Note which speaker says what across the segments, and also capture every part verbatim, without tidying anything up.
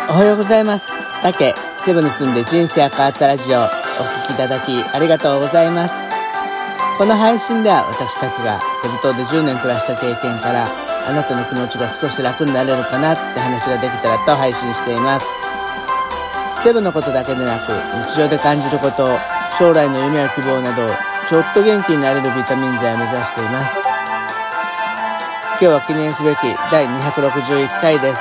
Speaker 1: おはようございます。タケ、セブに住んで人生が変わったラジオ、お聞きいただきありがとうございます。この配信では私タケがセブ島でじゅうねん暮らした経験から、あなたの気持ちが少し楽になれるかなって話ができたらと配信しています。セブのことだけでなく、日常で感じること、将来の夢や希望など、ちょっと元気になれるビタミン剤を目指しています。今日は記念すべきだいにひゃくろくじゅういっかいです。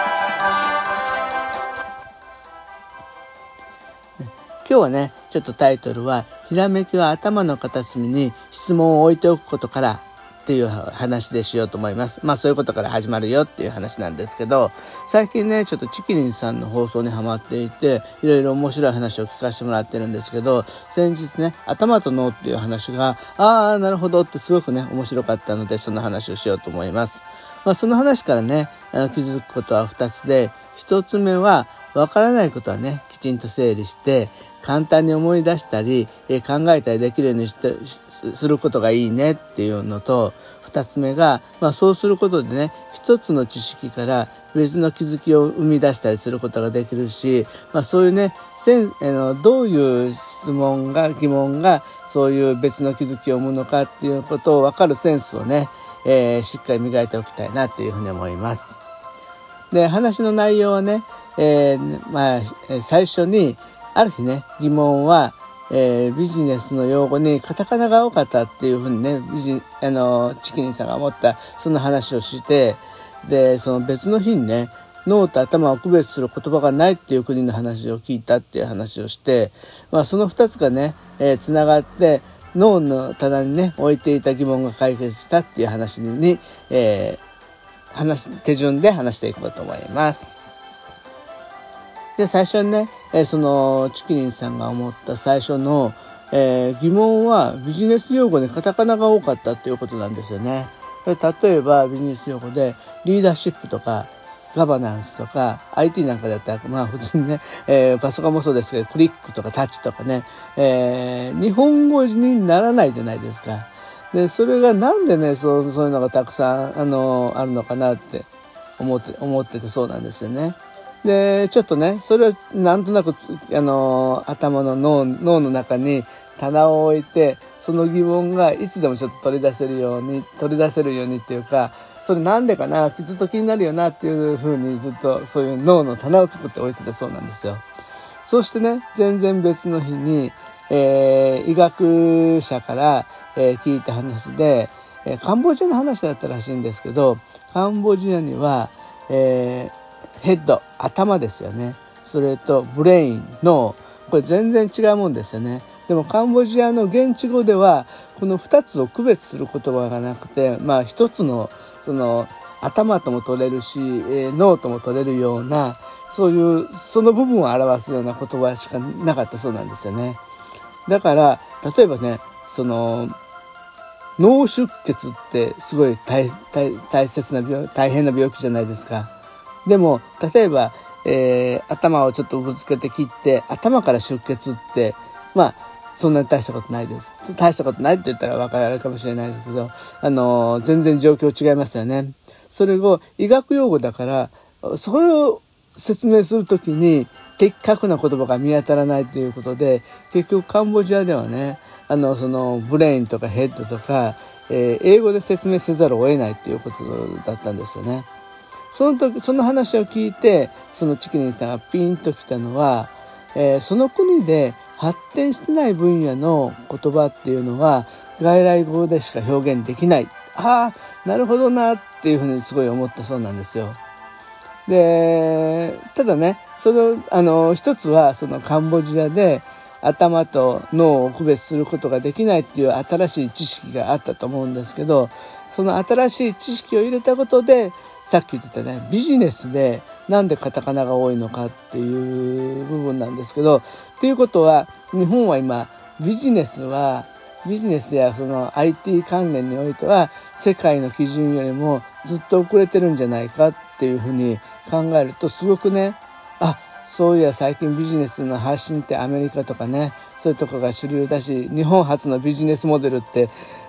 Speaker 1: 今日はね、ちょっとタイトルは、ひらめきは頭の片隅に質問を置いておくことからっていう話でしようと思います。まあそういうことから始まるよっていう話なんですけど、最近ね、ちょっとチキリンさんの放送にハマっていて、いろいろ面白い話を聞かせてもらってるんですけど、先日ね、頭と脳っていう話が、ああ、なるほどってすごくね、面白かったので、その話をしようと思います。まあその話からね、あの気づくことはふたつで、ひとつめは、わからないことはね、きちんと整理して、簡単に思い出したり、えー、考えたりできるようにしてすることがいいねっていうのと、二つ目が、まあ、そうすることでね、一つの知識から別の気づきを生み出したりすることができるし、まあ、そういうね、せんあのどういう質問が疑問がそういう別の気づきを生むのかっていうことを分かるセンスをね、えー、しっかり磨いておきたいなというふうに思います。で、話の内容はね、えー、まあ最初にある日ね、疑問は、えー、ビジネスの用語にカタカナが多かったっていうふうにね、ビジあのチキンさんが思ったその話をして、でその別の日にね、脳と頭を区別する言葉がないっていう国の話を聞いたっていう話をして、まあ、そのふたつがね、えー、つながって脳の棚にね置いていた疑問が解決したっていう話に、えー、話手順で話していこうと思います。で、最初にね、えー、そのチキリンさんが思った最初の、えー、疑問はビジネス用語にカタカナが多かったっていうことなんですよね。例えばビジネス用語でリーダーシップとかガバナンスとか アイティー なんかだったらまあ普通にね、えー、パソコンもそうですけどクリックとかタッチとかね、えー、日本語にならないじゃないですか。で、それがなんでね、そう、そういうのがたくさんあのあるのかなって思って思っててそうなんですよね。で、ちょっとね、それはなんとなくあの頭の脳脳の中に棚を置いて、その疑問がいつでもちょっと取り出せるように取り出せるようにっていうか、それなんでかな、ずっと気になるよなっていう風にずっとそういう脳の棚を作っておいてたそうなんですよ。そしてね、全然別の日に、えー、医学者から、えー、聞いた話で、えー、カンボジアの話だったらしいんですけど、カンボジアには、えーヘッド、頭ですよね。それとブレイン、脳、これ全然違うもんですよね。でもカンボジアの現地語ではこのふたつを区別する言葉がなくて、まあ一つのその頭とも取れるし、えー、脳とも取れるような、そういうその部分を表すような言葉しかなかったそうなんですよね。だから例えばね、その脳出血ってすごい 大, 大, 大切な病大変な病気じゃないですか。でも例えば、えー、頭をちょっとぶつけて切って頭から出血って、まあそんなに大したことないです。大したことないって言ったら分かるかもしれないですけど、あのー、全然状況違いますよね。それを医学用語だから、それを説明するときに的確な言葉が見当たらないということで、結局カンボジアではね、あのそのブレインとかヘッドとか、えー、英語で説明せざるを得ないということだったんですよね。その時、その話を聞いて、そのチキリンさんがピンときたのは、えー、その国で発展してない分野の言葉っていうのは外来語でしか表現できない。ああ、なるほどなっていうふうにすごい思ったそうなんですよ。で、ただね、そのあの一つはそのカンボジアで頭と脳を区別することができないっていう新しい知識があったと思うんですけど、その新しい知識を入れたことで、さっき言ってたね、ビジネスでなんでカタカナが多いのかっていう部分なんですけど、っていうことは日本は今ビジネスはビジネスやその アイティー 関連においては世界の基準よりもずっと遅れてるんじゃないかっていうふうに考えると、すごくね、あ、そういや最近ビジネスの発信ってアメリカとかね、そういうとこが主流だし、日本初のビジネスモデルって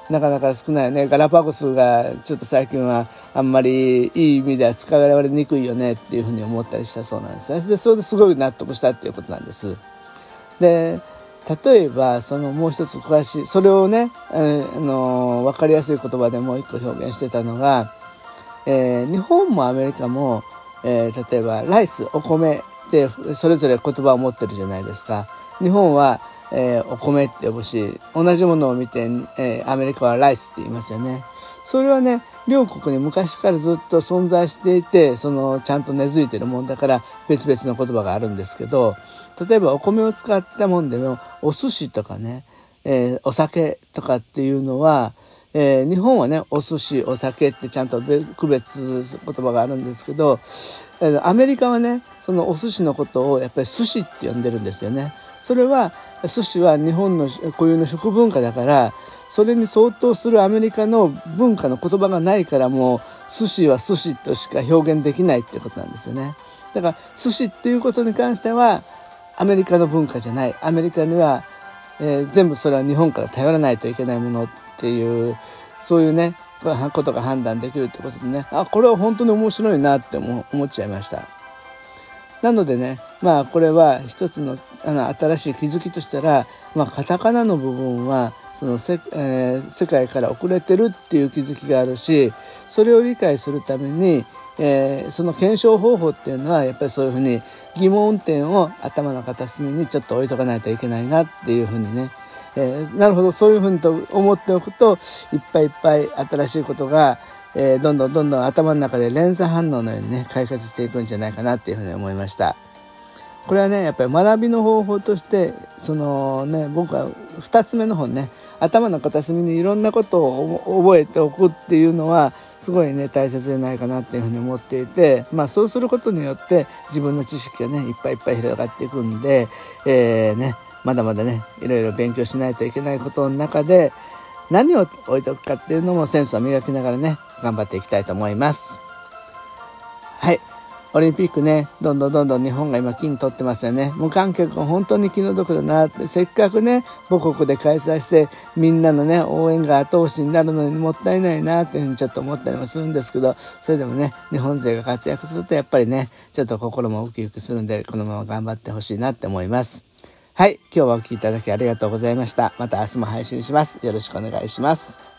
Speaker 1: なかなか少ないよね。ガラパゴスがちょっと最近はあんまりいい意味では使われにくいよねっていうふうに思ったりしたそうなんですね。でそれですごい納得したっていうことなんです。で例えばそのもう一つ詳しいそれをね、えー、あの分かりやすい言葉でもう一個表現してたのが、えー、日本もアメリカも、えー、例えばライスお米ってそれぞれ言葉を持ってるじゃないですか。日本は、えー、お米って呼ぶし、同じものを見て、えー、アメリカはライスって言いますよね。それはね両国に昔からずっと存在していて、そのちゃんと根付いてるもんだから別々の言葉があるんですけど、例えばお米を使ったもんでのお寿司とかね、えー、お酒とかっていうのは、えー、日本はねお寿司お酒ってちゃんと区別言葉があるんですけど、えー、アメリカはねそのお寿司のことをやっぱり寿司って呼んでるんですよね。それは寿司は日本の固有の食文化だから、それに相当するアメリカの文化の言葉がないから、もう寿司は寿司としか表現できないっていうことなんですよね。だから寿司っていうことに関してはアメリカの文化じゃない。アメリカには、えー、全部それは日本から頼らないといけないものっていう、そういうねことが判断できるってことでね、あこれは本当に面白いなって思っちゃいました。なのでね、まあこれは一つの、あの新しい気づきとしたら、まあ、カタカナの部分はそのせ、えー、世界から遅れてるっていう気づきがあるし、それを理解するために、えー、その検証方法っていうのはやっぱりそういうふうに疑問点を頭の片隅にちょっと置いとかないといけないなっていうふうにね、えー、なるほどそういうふうにと思っておくと、いっぱいいっぱい新しいことが、えー、どんどんどんどん頭の中で連鎖反応のようにね解決していくんじゃないかなっていうふうに思いました。これはねやっぱり学びの方法として、そのね僕はふたつめの本ね、頭の片隅にいろんなことを覚えておくっていうのはすごいね大切じゃないかなっていうふうに思っていて、まあそうすることによって自分の知識がねいっぱいいっぱい広がっていくんで、えー、ねまだまだねいろいろ勉強しないといけないことの中で何を置いとくかっていうのもセンスを磨きながらね頑張っていきたいと思います。はい、オリンピックねどんどんどんどん日本が今金取ってますよね。無観客が本当に気の毒だなって、せっかくね母国で開催してみんなのね応援が後押しになるのにもったいないなっていうふうにちょっと思ったりもするんですけど、それでもね日本勢が活躍するとやっぱりねちょっと心もウキウキするんで、このまま頑張ってほしいなって思います。はい、今日はお聞きいただきありがとうございました。また明日も配信します。よろしくお願いします。